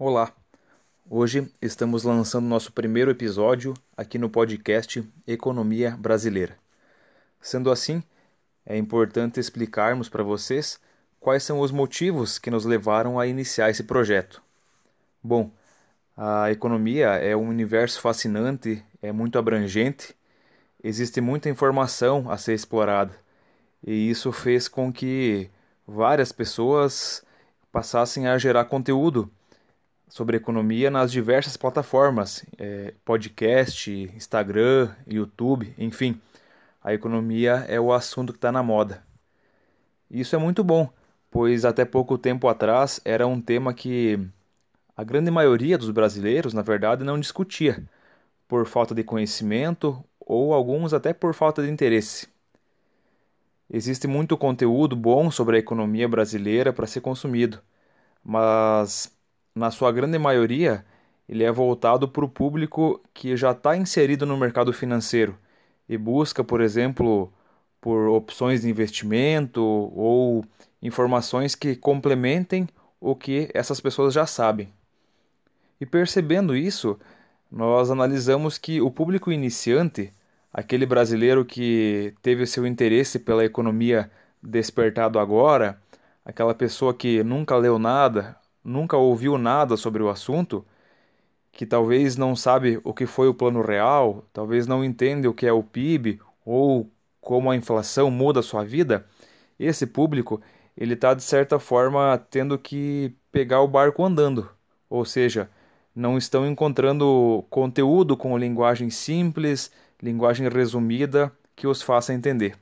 Olá, hoje estamos lançando nosso primeiro episódio aqui no podcast Economia Brasileira. Sendo assim, é importante explicarmos para vocês quais são os motivos que nos levaram a iniciar esse projeto. Bom, a economia é um universo fascinante, é muito abrangente, existe muita informação a ser explorada e isso fez com que várias pessoas passassem a gerar conteúdo sobre economia nas diversas plataformas, podcast, Instagram, YouTube, enfim. A economia é o assunto que está na moda. Isso é muito bom, pois até pouco tempo atrás era um tema que a grande maioria dos brasileiros, na verdade, não discutia, por falta de conhecimento ou alguns até por falta de interesse. Existe muito conteúdo bom sobre a economia brasileira para ser consumido, mas na sua grande maioria ele é voltado para o público que já está inserido no mercado financeiro e busca, por exemplo, por opções de investimento ou informações que complementem o que essas pessoas já sabem. E percebendo isso, nós analisamos que o público iniciante, aquele brasileiro que teve o seu interesse pela economia despertado agora, aquela pessoa que nunca leu nada, nunca ouviu nada sobre o assunto, que talvez não sabe o que foi o Plano Real, talvez não entende o que é o PIB ou como a inflação muda a sua vida, esse público ele está de certa forma tendo que pegar o barco andando, ou seja, não estão encontrando conteúdo com linguagem simples, linguagem resumida que os faça entender.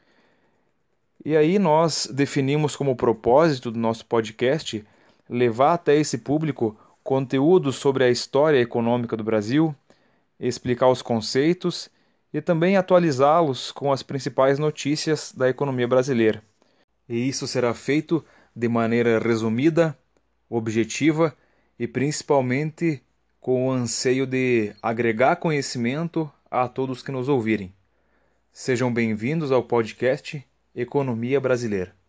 E aí nós definimos como propósito do nosso podcast levar até esse público conteúdos sobre a história econômica do Brasil, explicar os conceitos e também atualizá-los com as principais notícias da economia brasileira. E isso será feito de maneira resumida, objetiva e principalmente com o anseio de agregar conhecimento a todos que nos ouvirem. Sejam bem-vindos ao podcast Economia Brasileira.